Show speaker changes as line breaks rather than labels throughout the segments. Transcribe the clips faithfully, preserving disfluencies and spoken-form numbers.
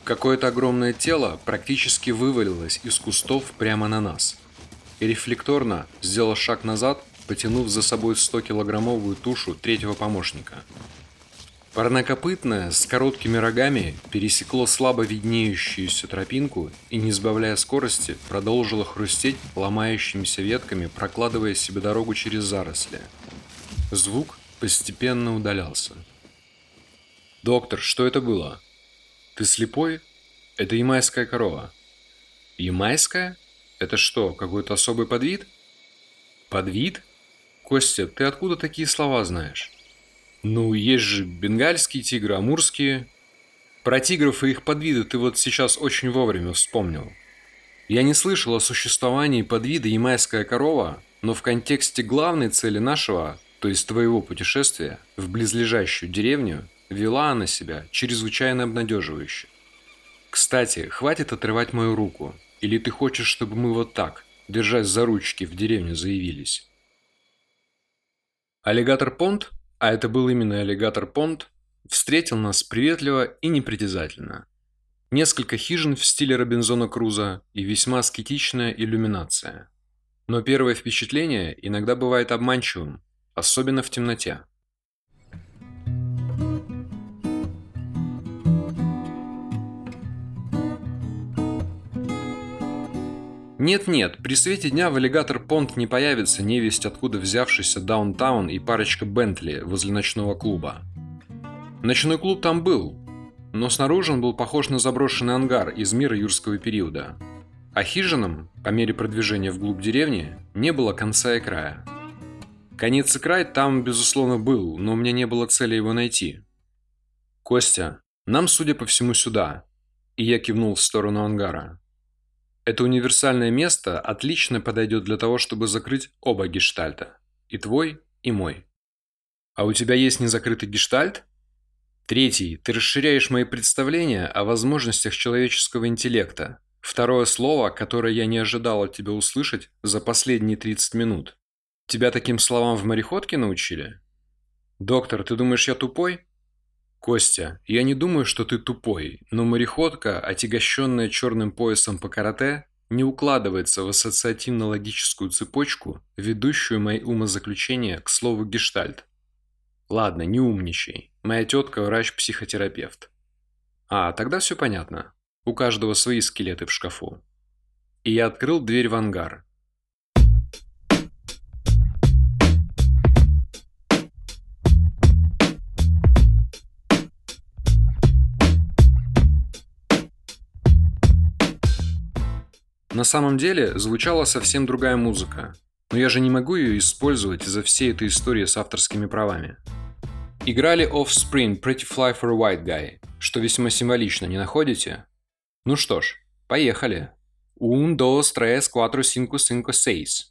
Какое-то огромное тело практически вывалилось из кустов прямо на нас. И рефлекторно сделал шаг назад, потянув за собой стокилограммовую тушу третьего помощника. Парнокопытное с короткими рогами пересекло слабо виднеющуюся тропинку и, не сбавляя скорости, продолжило хрустеть ломающимися ветками, прокладывая себе дорогу через заросли. Звук постепенно удалялся. «Доктор, что это было? Ты слепой? Это ямайская корова». «Ямайская? Это что, какой-то особый подвид?» «Подвид? Костя, ты откуда такие слова знаешь?» «Ну, есть же бенгальские тигры, амурские». Про тигров и их подвиды ты вот сейчас очень вовремя вспомнил. Я не слышал о существовании подвида ямайская корова, но в контексте главной цели нашего, то есть твоего путешествия, в близлежащую деревню, вела она себя чрезвычайно обнадеживающе. Кстати, хватит отрывать мою руку, или ты хочешь, чтобы мы вот так, держась за ручки, в деревню заявились? Аллигатор Понт, а это был именно аллигатор Понт, встретил нас приветливо и непритязательно. Несколько хижин в стиле Робинзона Круза и весьма аскетичная иллюминация. Но первое впечатление иногда бывает обманчивым, особенно в темноте. Нет-нет, при свете дня в аллигатор Понт не появится невесть откуда взявшийся даунтаун и парочка Бентли возле ночного клуба. Ночной клуб там был, но снаружи он был похож на заброшенный ангар из мира юрского периода. А хижинам, по мере продвижения вглубь деревни, не было конца и края. Конец и край там, безусловно, был, но у меня не было цели его найти. «Костя, нам, судя по всему, сюда», и я кивнул в сторону ангара. Это универсальное место отлично подойдет для того, чтобы закрыть оба гештальта. И твой, и мой. А у тебя есть незакрытый гештальт? Третий, ты расширяешь мои представления о возможностях человеческого интеллекта. Второе слово, которое я не ожидал от тебя услышать за последние тридцать минут. Тебя таким словам в мореходке научили? Доктор, ты думаешь, я тупой? Костя, я не думаю, что ты тупой, но мореходка, отягощенная черным поясом по карате, не укладывается в ассоциативно-логическую цепочку, ведущую мои умозаключения к слову гештальт. Ладно, не умничай. Моя тетка врач-психотерапевт. А, тогда все понятно. У каждого свои скелеты в шкафу. И я открыл дверь в ангар. На самом деле, звучала совсем другая музыка. Но я же не могу ее использовать из-за всей этой истории с авторскими правами. Играли Offspring Pretty Fly for a White Guy, что весьма символично, не находите? Ну что ж, поехали. Un, dos, tres, cuatro, cinco, cinco, seis.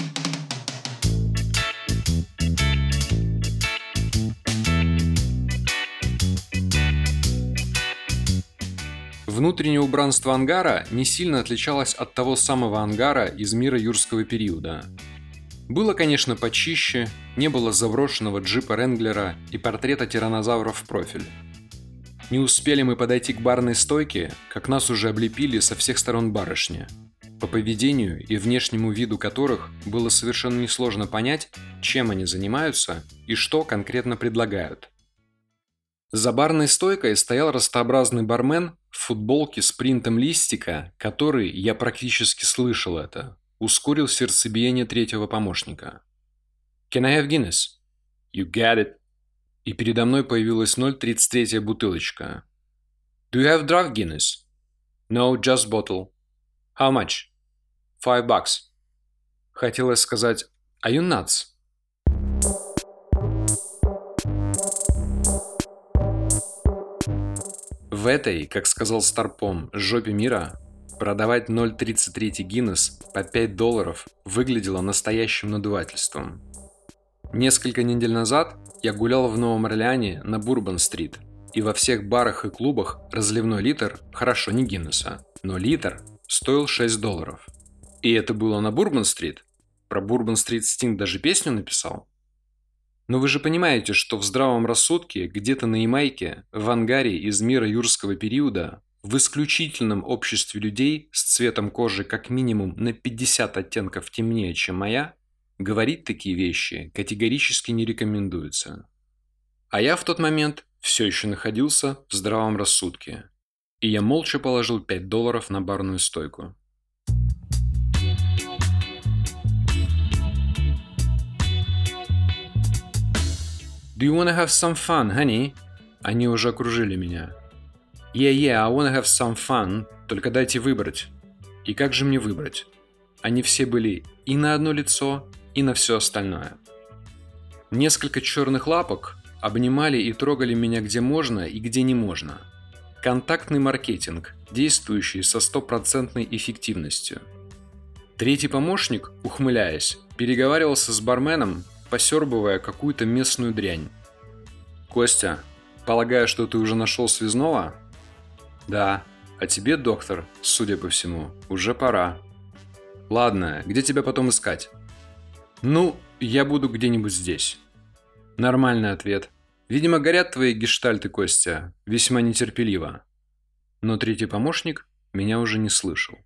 Внутреннее убранство ангара не сильно отличалось от того самого ангара из мира юрского периода. Было, конечно, почище, не было заброшенного джипа Ренглера и портрета тираннозавра в профиль. Не успели мы подойти к барной стойке, как нас уже облепили со всех сторон барышни, по поведению и внешнему виду которых было совершенно несложно понять, чем они занимаются и что конкретно предлагают. За барной стойкой стоял растообразный бармен в футболке с принтом листика, который, я практически слышал это, ускорил сердцебиение третьего помощника. «Can I have Guinness?» «You get it». И передо мной появилась ноль тридцать третья бутылочка. «Do you have draft Guinness?» «No, just bottle». «How much?» «Five bucks». Хотелось сказать «Are you nuts?» В этой, как сказал Старпом, жопе мира продавать ноль тридцать три Гиннес по пять долларов выглядело настоящим надувательством. Несколько недель назад я гулял в Новом Орлеане на Бурбон-стрит, и во всех барах и клубах разливной литр, хорошо, не Гиннеса, но литр, стоил шесть долларов. И это было на Бурбон-стрит? Про Бурбон-стрит Стинг даже песню написал? Но вы же понимаете, что в здравом рассудке, где-то на Ямайке, в ангаре из мира юрского периода, в исключительном обществе людей с цветом кожи как минимум на пятьдесят оттенков темнее, чем моя, говорить такие вещи категорически не рекомендуется. А я в тот момент все еще находился в здравом рассудке, и я молча положил пять долларов на барную стойку. Do you wanna have some fun, honey? Они уже окружили меня. Yeah, yeah, I wanna have some fun, только дайте выбрать. И как же мне выбрать? Они все были и на одно лицо, и на все остальное. Несколько черных лапок обнимали и трогали меня где можно и где не можно. Контактный маркетинг, действующий со стопроцентной эффективностью. Третий помощник, ухмыляясь, переговаривался с барменом, посербывая какую-то местную дрянь. «Костя, полагаю, что ты уже нашел связного?» «Да, а тебе, доктор, судя по всему, уже пора». «Ладно, где тебя потом искать?» «Ну, я буду где-нибудь здесь». Нормальный ответ. Видимо, горят твои гештальты, Костя, весьма нетерпеливо. Но третий помощник меня уже не слышал.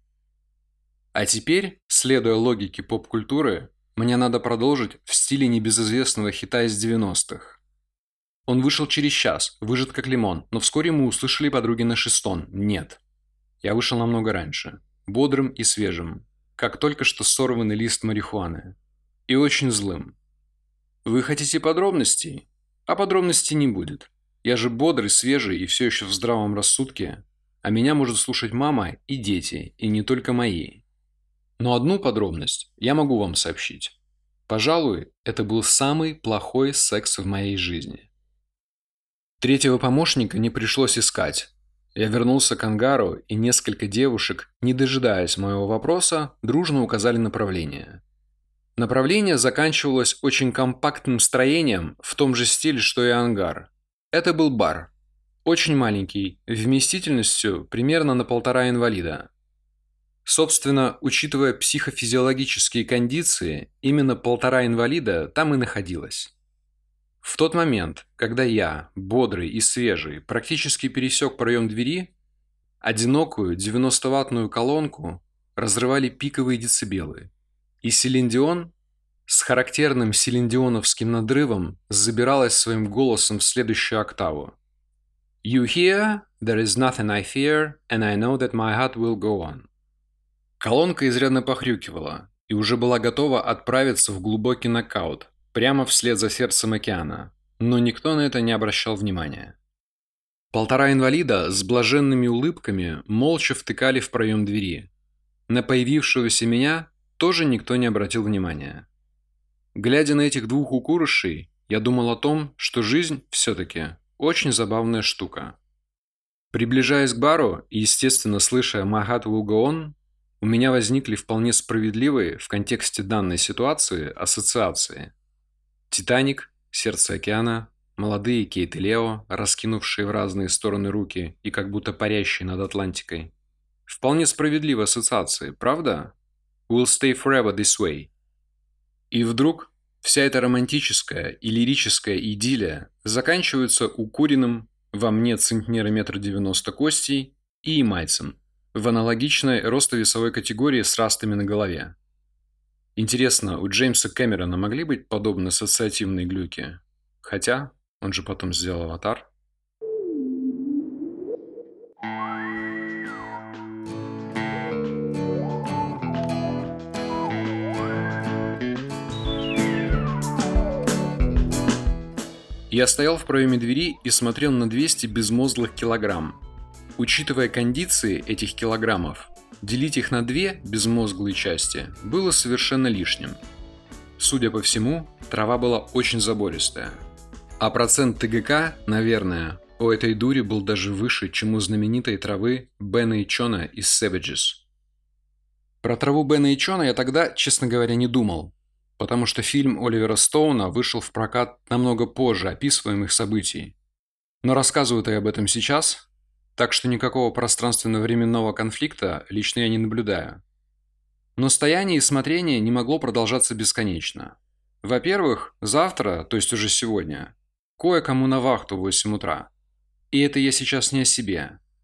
А теперь, следуя логике поп-культуры, мне надо продолжить в стиле небезызвестного хита из девяностых. Он вышел через час, выжат как лимон, но вскоре мы услышали подруги на шестон. Нет. Я вышел намного раньше, бодрым и свежим, как только что сорванный лист марихуаны. И очень злым. Вы хотите подробностей? А подробностей не будет. Я же бодрый, свежий и все еще в здравом рассудке, а меня может слушать мама и дети, и не только мои. Но одну подробность я могу вам сообщить. Пожалуй, это был самый плохой секс в моей жизни. Третьего помощника не пришлось искать. Я вернулся к ангару, и несколько девушек, не дожидаясь моего вопроса, дружно указали направление. Направление заканчивалось очень компактным строением в том же стиле, что и ангар. Это был бар. Очень маленький, вместительностью примерно на полтора инвалида. Собственно, учитывая психофизиологические кондиции, именно полтора инвалида там и находилось. В тот момент, когда я, бодрый и свежий, практически пересек проем двери, одинокую девяностоваттную колонку разрывали пиковые децибелы, и Селин Дион с характерным селиндионовским надрывом забиралась своим голосом в следующую октаву. You hear? There is nothing I fear, and I know that my heart will go on. Колонка изрядно похрюкивала и уже была готова отправиться в глубокий нокаут, прямо вслед за сердцем океана, но никто на это не обращал внимания. Полтора инвалида с блаженными улыбками молча втыкали в проем двери. На появившегося меня тоже никто не обратил внимания. Глядя на этих двух укурышей, я думал о том, что жизнь все-таки очень забавная штука. Приближаясь к бару и, естественно, слыша «My heart will go on», у меня возникли вполне справедливые в контексте данной ситуации ассоциации. «Титаник», «Сердце океана», молодые Кейт и Лео, раскинувшие в разные стороны руки и как будто парящие над Атлантикой. Вполне справедливые ассоциации, правда? We'll stay forever this way. И вдруг вся эта романтическая и лирическая идиллия заканчивается укуренным во мне центнера метр девяносто Костей и ямайцем в аналогичной ростовесовой категории с растами на голове. Интересно, у Джеймса Кэмерона могли быть подобные ассоциативные глюки? Хотя, он же потом сделал «Аватар». Я стоял в проеме двери и смотрел на двести безмозглых килограмм. Учитывая кондиции этих килограммов, делить их на две безмозглые части было совершенно лишним. Судя по всему, трава была очень забористая. А процент ТГК, наверное, у этой дури был даже выше, чем у знаменитой травы Бена и Чона из Savages. Про траву Бена и Чона я тогда, честно говоря, не думал, потому что фильм Оливера Стоуна вышел в прокат намного позже описываемых событий. Но рассказываю-то я об этом сейчас, так что никакого пространственно-временного конфликта лично я не наблюдаю. Но стояние и смотрение не могло продолжаться бесконечно. Во-первых, завтра, то есть уже сегодня, кое-кому на вахту в восемь утра. И это я сейчас не о себе.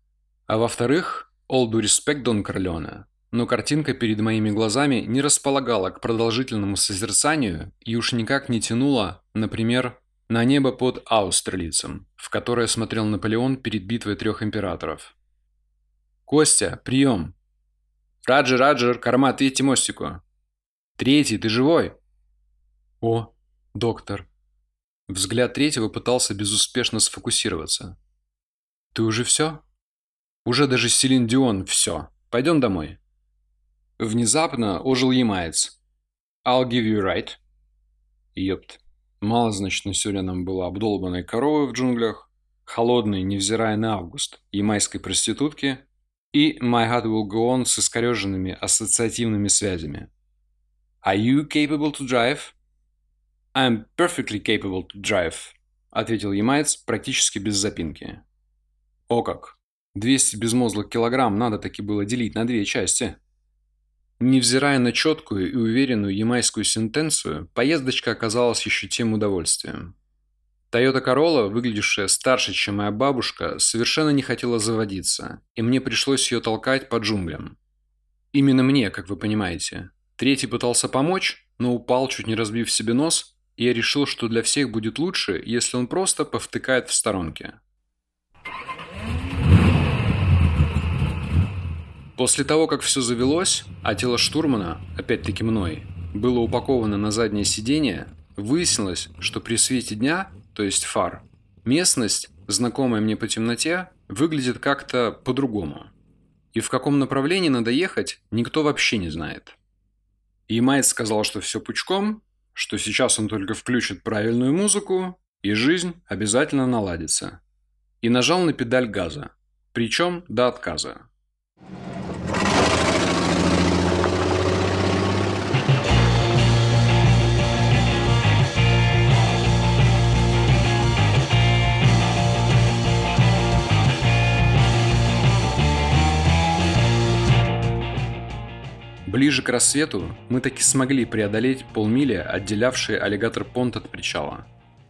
А во-вторых, all due respect, Дон Корлеоне, но картинка перед моими глазами не располагала к продолжительному созерцанию и уж никак не тянула, например, на небо под Аустерлицем, в которое смотрел Наполеон перед битвой трех императоров. «Костя, прием!» «Раджер, Раджер, корма, ответьте мостику!» «Третий, ты живой?» «О, доктор!» Взгляд третьего пытался безуспешно сфокусироваться. «Ты уже все?» «Уже даже Селин Дион все. Пойдем домой». Внезапно ожил ямаец. «I'll give you right». Ёпт. Мало, значит, населенным было обдолбанной коровы в джунглях, холодной, невзирая на август, ямайской проститутки и «My heart will go on» с искореженными ассоциативными связями. «Are you capable to drive?» «I'm perfectly capable to drive», — ответил ямаец практически без запинки. О как! двести безмозглых килограмм надо таки было делить на две части. Невзирая на четкую и уверенную ямайскую сентенцию, поездочка оказалась еще тем удовольствием. Toyota Corolla, выглядевшая старше, чем моя бабушка, совершенно не хотела заводиться, и мне пришлось ее толкать по джунглям. Именно мне, как вы понимаете. Третий пытался помочь, но упал, чуть не разбив себе нос, и я решил, что для всех будет лучше, если он просто повтыкает в сторонке. После того, как все завелось, а тело штурмана, опять-таки мной, было упаковано на заднее сиденье, выяснилось, что при свете дня, то есть фар, местность, знакомая мне по темноте, выглядит как-то по-другому. И в каком направлении надо ехать, никто вообще не знает. Ямаец сказал, что все пучком, что сейчас он только включит правильную музыку, и жизнь обязательно наладится. И нажал на педаль газа, причем до отказа. Ближе к рассвету мы таки смогли преодолеть полмили, отделявшие аллигатор понт от причала.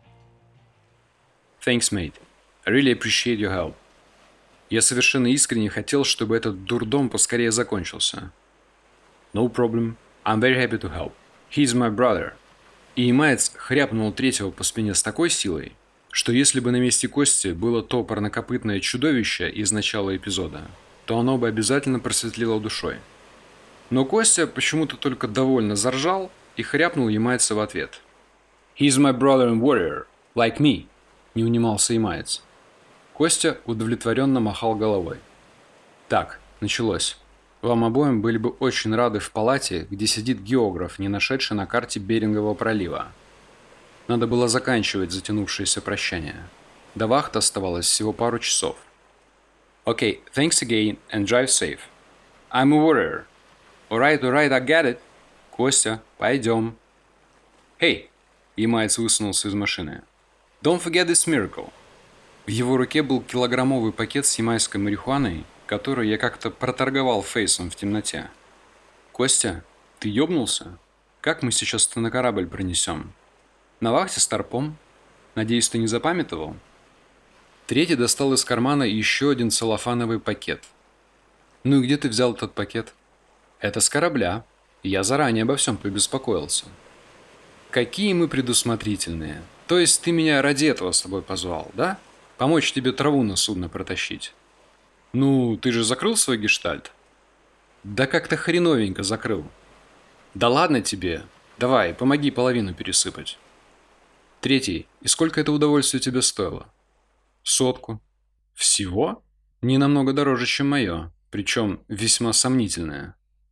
Thanks, mate. I really appreciate your help. Я совершенно искренне хотел, чтобы этот дурдом поскорее закончился. No problem. I'm very happy to help. He's my brother. И ямаец хряпнул третьего по спине с такой силой, что если бы на месте Кости было то парнокопытное чудовище из начала эпизода, то оно бы обязательно просветлило душой. Но Костя почему-то только довольно заржал и хряпнул ямайца в ответ. «He's my brother and warrior, like me», — не унимался ямаец. Костя удовлетворенно махал головой. «Так, началось. Вам обоим были бы очень рады в палате, где сидит географ, не нашедший на карте Берингового пролива. Надо было заканчивать затянувшееся прощание. До вахты оставалось всего пару часов. Okay, thanks again and drive safe. I'm a warrior. Alright, alright, I get it. Костя, пойдем. Hey, ямаец высунулся из машины. Don't forget this miracle. В его руке был килограммовый пакет с ямайской марихуаной, которую я как-то проторговал фейсом в темноте. Костя, ты ёбнулся? Как мы сейчас-то на корабль пронесем? На вахте с торпом? Надеюсь, ты не запамятовал? Третий достал из кармана еще один целлофановый пакет. Ну и где ты взял этот пакет? Это с корабля. Я заранее обо всем побеспокоился. Какие мы предусмотрительные. То есть ты меня ради этого с тобой позвал, да? Помочь тебе траву на судно протащить. Ну, ты же закрыл свой гештальт? Да как-то хреновенько закрыл. Да ладно тебе. Давай, помоги половину пересыпать. Третий. И сколько это удовольствие тебе стоило? Сотку. Всего? Не намного дороже, чем мое. Причем весьма сомнительное.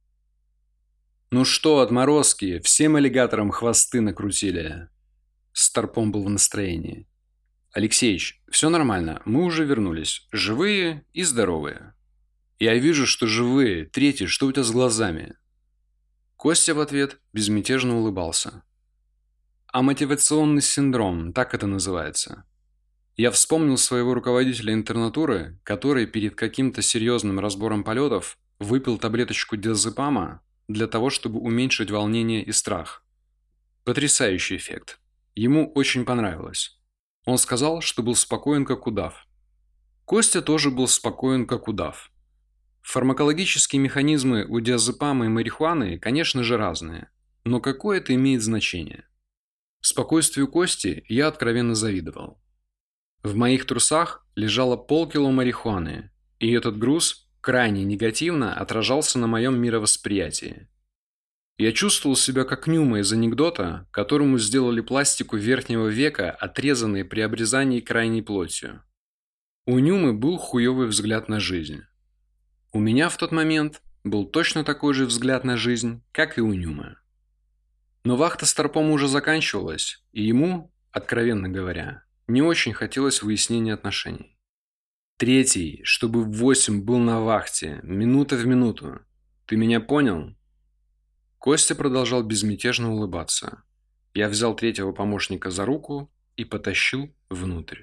Ну что, отморозки, всем аллигаторам хвосты накрутили. Старпом был в настроении. Алексеич, все нормально, мы уже вернулись. Живые и здоровые. Я вижу, что живые. Третий, что у тебя с глазами? Костя в ответ безмятежно улыбался. А мотивационный синдром, так это называется. Я вспомнил своего руководителя интернатуры, который перед каким-то серьезным разбором полетов выпил таблеточку диазепама для того, чтобы уменьшить волнение и страх. Потрясающий эффект. Ему очень понравилось. Он сказал, что был спокоен как удав. Костя тоже был спокоен, как удав. Фармакологические механизмы у диазепама и марихуаны, конечно же, разные. Но какое это имеет значение? Спокойствию Кости я откровенно завидовал. В моих трусах лежало полкило марихуаны, и этот груз крайне негативно отражался на моем мировосприятии. Я чувствовал себя как Нюма из анекдота, которому сделали пластику верхнего века, отрезанной при обрезании крайней плотью. У Нюмы был хуёвый взгляд на жизнь. У меня в тот момент был точно такой же взгляд на жизнь, как и у Нюмы. Но вахта Старпома уже заканчивалась, и ему, откровенно говоря, не очень хотелось выяснения отношений. Третий, чтобы в восемь был на вахте, минута в минуту. Ты меня понял? Костя продолжал безмятежно улыбаться. Я взял третьего помощника за руку и потащил внутрь.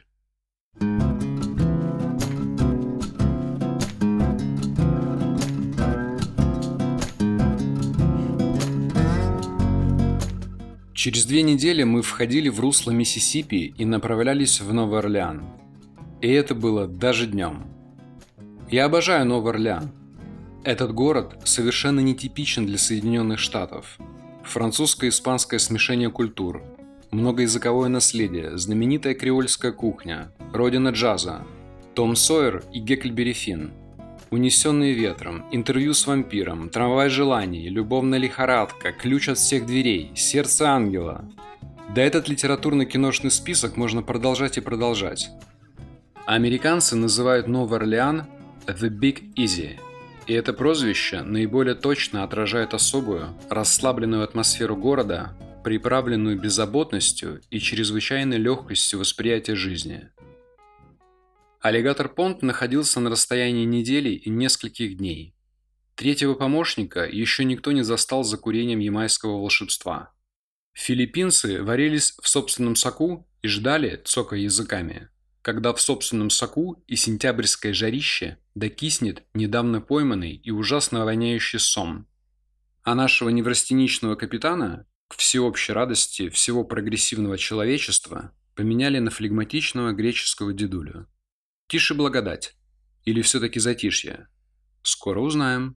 Через две недели мы входили в русло Миссисипи и направлялись в Новый Орлеан. И это было даже днем. Я обожаю Новый Орлеан. Этот город совершенно нетипичен для Соединенных Штатов. Французско-испанское смешение культур, многоязыковое наследие, знаменитая креольская кухня, родина джаза, Том Сойер и Гекльберри Финн, унесенные ветром, интервью с вампиром, трамвай желаний, любовная лихорадка, ключ от всех дверей, сердце ангела. Да этот литературно-киношный список можно продолжать и продолжать. Американцы называют Новый Орлеан «The Big Easy», и это прозвище наиболее точно отражает особую, расслабленную атмосферу города, приправленную беззаботностью и чрезвычайной легкостью восприятия жизни. Аллигатор Понт находился на расстоянии недели и нескольких дней. Третьего помощника еще никто не застал за курением ямайского волшебства. Филиппинцы варились в собственном соку и ждали, цокая языками, когда в собственном соку и сентябрьское жарище докиснет недавно пойманный и ужасно воняющий сом. А нашего неврастеничного капитана, к всеобщей радости всего прогрессивного человечества, поменяли на флегматичного греческого дедулю. Тише благодать. Или все-таки затишье? Скоро узнаем.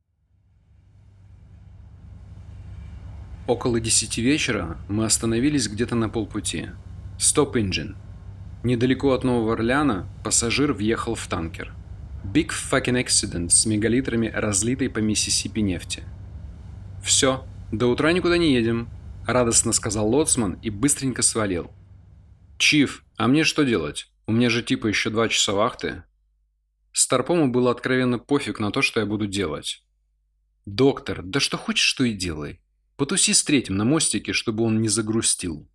Около десяти вечера мы остановились где-то на полпути. Stop engine. Недалеко от Нового Орлеана пассажир въехал в танкер. Big fucking accident с мегалитрами разлитой по Миссисипи нефти. «Все, до утра никуда не едем», — радостно сказал лоцман и быстренько свалил. «Чиф, а мне что делать? У меня же типа еще два часа вахты». Старпому было откровенно пофиг на то, что я буду делать. «Доктор, да что хочешь, что и делай. Потуси с третьим на мостике, чтобы он не загрустил».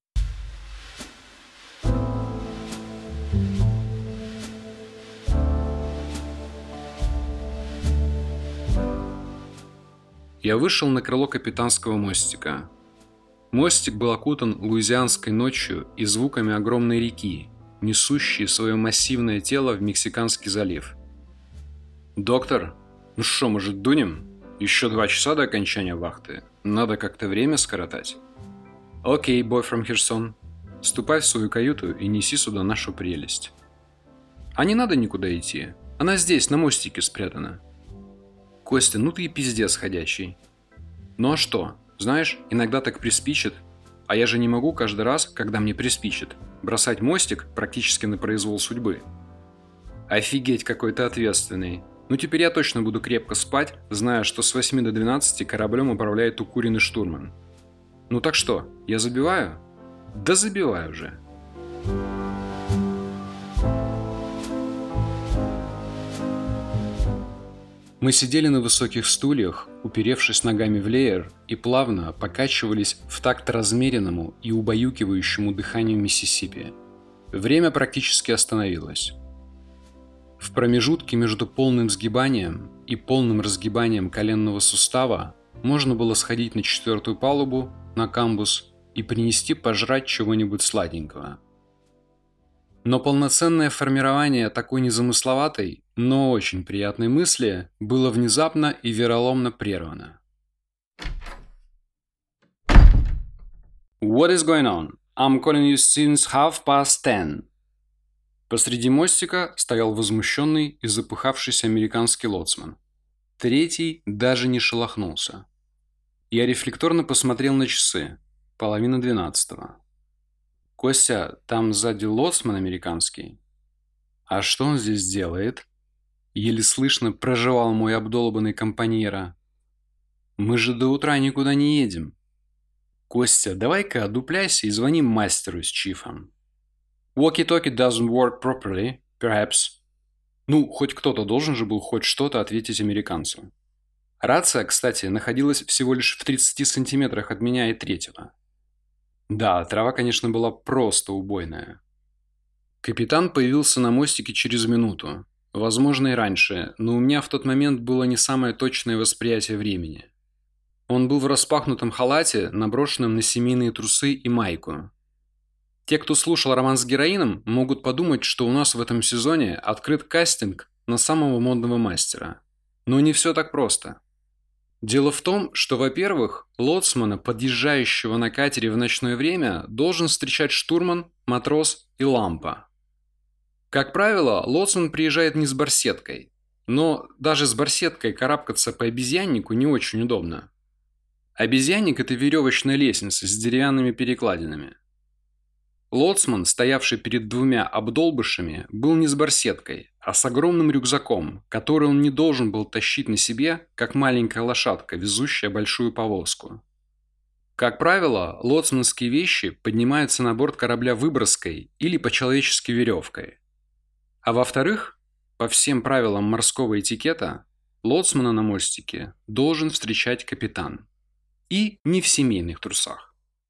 Я вышел на крыло капитанского мостика. Мостик был окутан луизианской ночью и звуками огромной реки, несущей свое массивное тело в Мексиканский залив. «Доктор, ну что, может, дунем? Еще два часа до окончания вахты. Надо как-то время скоротать». «Окей, бой from Херсон. Ступай в свою каюту и неси сюда нашу прелесть». «А не надо никуда идти. Она здесь, на мостике спрятана». «Костя, ну ты и пиздец ходячий». «Ну а что? Знаешь, иногда так приспичит. А я же не могу каждый раз, когда мне приспичит, бросать мостик практически на произвол судьбы». «Офигеть, какой ты ответственный. Ну теперь я точно буду крепко спать, зная, что с восьми до двенадцати кораблем управляет укуренный штурман. Ну так что, я забиваю?» «Да забиваю уже». Мы сидели на высоких стульях, уперевшись ногами в леер, и плавно покачивались в такт размеренному и убаюкивающему дыханию Миссисипи. Время практически остановилось. В промежутке между полным сгибанием и полным разгибанием коленного сустава можно было сходить на четвертую палубу, на камбус, и принести пожрать чего-нибудь сладенького. Но полноценное формирование такой незамысловатой, но очень приятной мысли было внезапно и вероломно прервано. «What is going on? I'm calling you since half past ten». Посреди мостика стоял возмущенный и запыхавшийся американский лоцман. Третий даже не шелохнулся. Я рефлекторно посмотрел на часы. Половина двенадцатого. «Костя, там сзади лоцман американский?» «А что он здесь делает?» Еле слышно прожевал мой обдолбанный компаньера. «Мы же до утра никуда не едем». «Костя, давай-ка одупляйся и звони мастеру с чифом». «Walkie-talkie doesn't work properly, perhaps». Ну, хоть кто-то должен же был хоть что-то ответить американцу. Рация, кстати, находилась всего лишь в тридцати сантиметрах от меня и третьего. Да, трава, конечно, была просто убойная. Капитан появился на мостике через минуту. Возможно, и раньше, но у меня в тот момент было не самое точное восприятие времени. Он был в распахнутом халате, наброшенном на семейные трусы и майку. Те, кто слушал «Роман с героином», могут подумать, что у нас в этом сезоне открыт кастинг на самого модного мастера. Но не все так просто. Дело в том, что, во-первых, лоцмана, подъезжающего на катере в ночное время, должен встречать штурман, матрос и лампа. Как правило, лоцман приезжает не с барсеткой, но даже с барсеткой карабкаться по обезьяннику не очень удобно. Обезьянник – это веревочная лестница с деревянными перекладинами. Лоцман, стоявший перед двумя обдолбышами, был не с барсеткой, а с огромным рюкзаком, который он не должен был тащить на себе, как маленькая лошадка, везущая большую повозку. Как правило, лоцманские вещи поднимаются на борт корабля выброской или по-человечески веревкой. А во-вторых, по всем правилам морского этикета, лоцмана на мостике должен встречать капитан. И не в семейных трусах.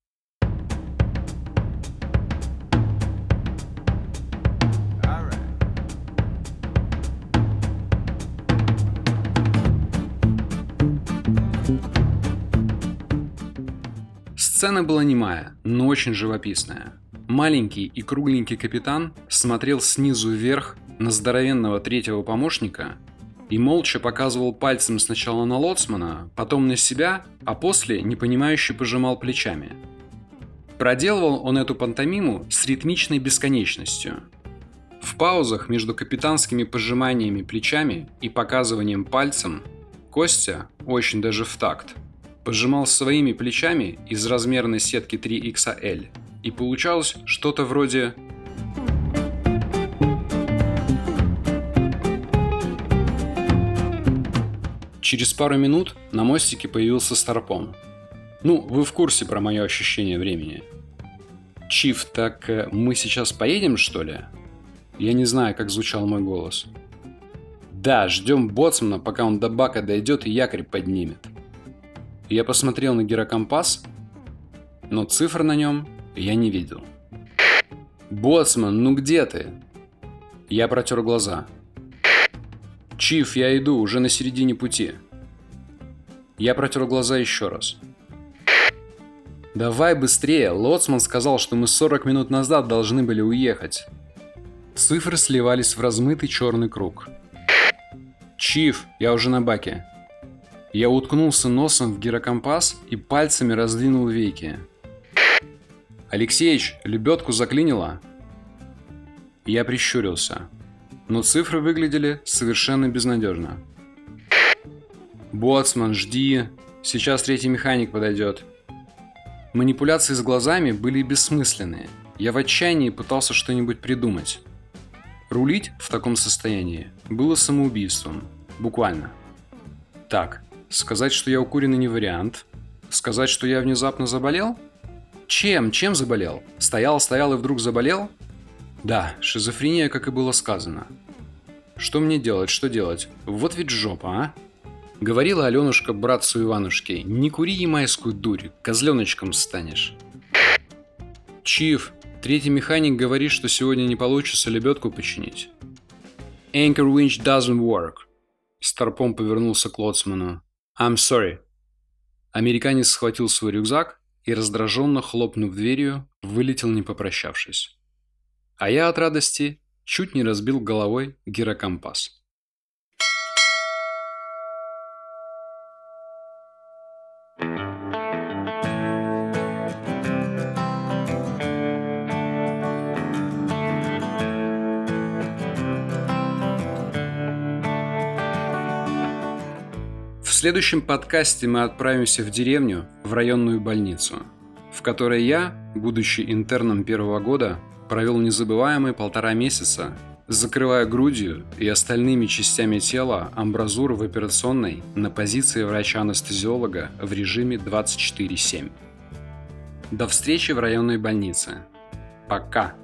Сцена была немая, но очень живописная. Маленький и кругленький капитан смотрел снизу вверх на здоровенного третьего помощника и молча показывал пальцем сначала на лоцмана, потом на себя, а после непонимающе пожимал плечами. Проделывал он эту пантомиму с ритмичной бесконечностью. В паузах между капитанскими пожиманиями плечами и показыванием пальцем Костя, очень даже в такт, пожимал своими плечами из размерной сетки три икс эль, и получалось что-то вроде... Через пару минут на мостике появился Старпом. Ну, вы в курсе про мое ощущение времени. «Чиф, так э, мы сейчас поедем, что ли?» Я не знаю, как звучал мой голос. «Да, ждем боцмана, пока он до бака дойдет и якорь поднимет». Я посмотрел на гирокомпас, но цифр на нем я не видел. «Боцман, ну где ты?» Я протер глаза. «Чиф, я иду, уже на середине пути». Я протер глаза еще раз. «Давай быстрее, лоцман сказал, что мы сорок минут назад должны были уехать». Цифры сливались в размытый черный круг. «Чиф, я уже на баке». Я уткнулся носом в гирокомпас и пальцами раздвинул веки. «Алексеич, лебедку заклинило?» Я прищурился, но цифры выглядели совершенно безнадежно. «Боцман, жди, сейчас третий механик подойдет». Манипуляции с глазами были бессмысленные. Я в отчаянии пытался что-нибудь придумать. Рулить в таком состоянии было самоубийством. Буквально. Так, сказать, что я укуренный, не вариант. Сказать, что я внезапно заболел? Чем? Чем заболел? Стоял, стоял и вдруг заболел? Да, шизофрения, как и было сказано. Что мне делать, что делать? Вот ведь жопа, а? Говорила Аленушка братцу Иванушке: не кури ямайскую дурь, козленочком станешь. Чиф, третий механик говорит, что сегодня не получится лебедку починить. Anchor winch doesn't work. Старпом повернулся к лоцману. I'm sorry. Американец схватил свой рюкзак и, раздраженно хлопнув дверью, вылетел, не попрощавшись. А я от радости чуть не разбил головой гирокомпас. следующем подкасте мы отправимся в деревню, в районную больницу, в которой я, будучи интерном первого года, провел незабываемые полтора месяца, закрывая грудью и остальными частями тела амбразуру в операционной на позиции врача-анестезиолога в режиме двадцать четыре семь. До встречи в районной больнице. Пока.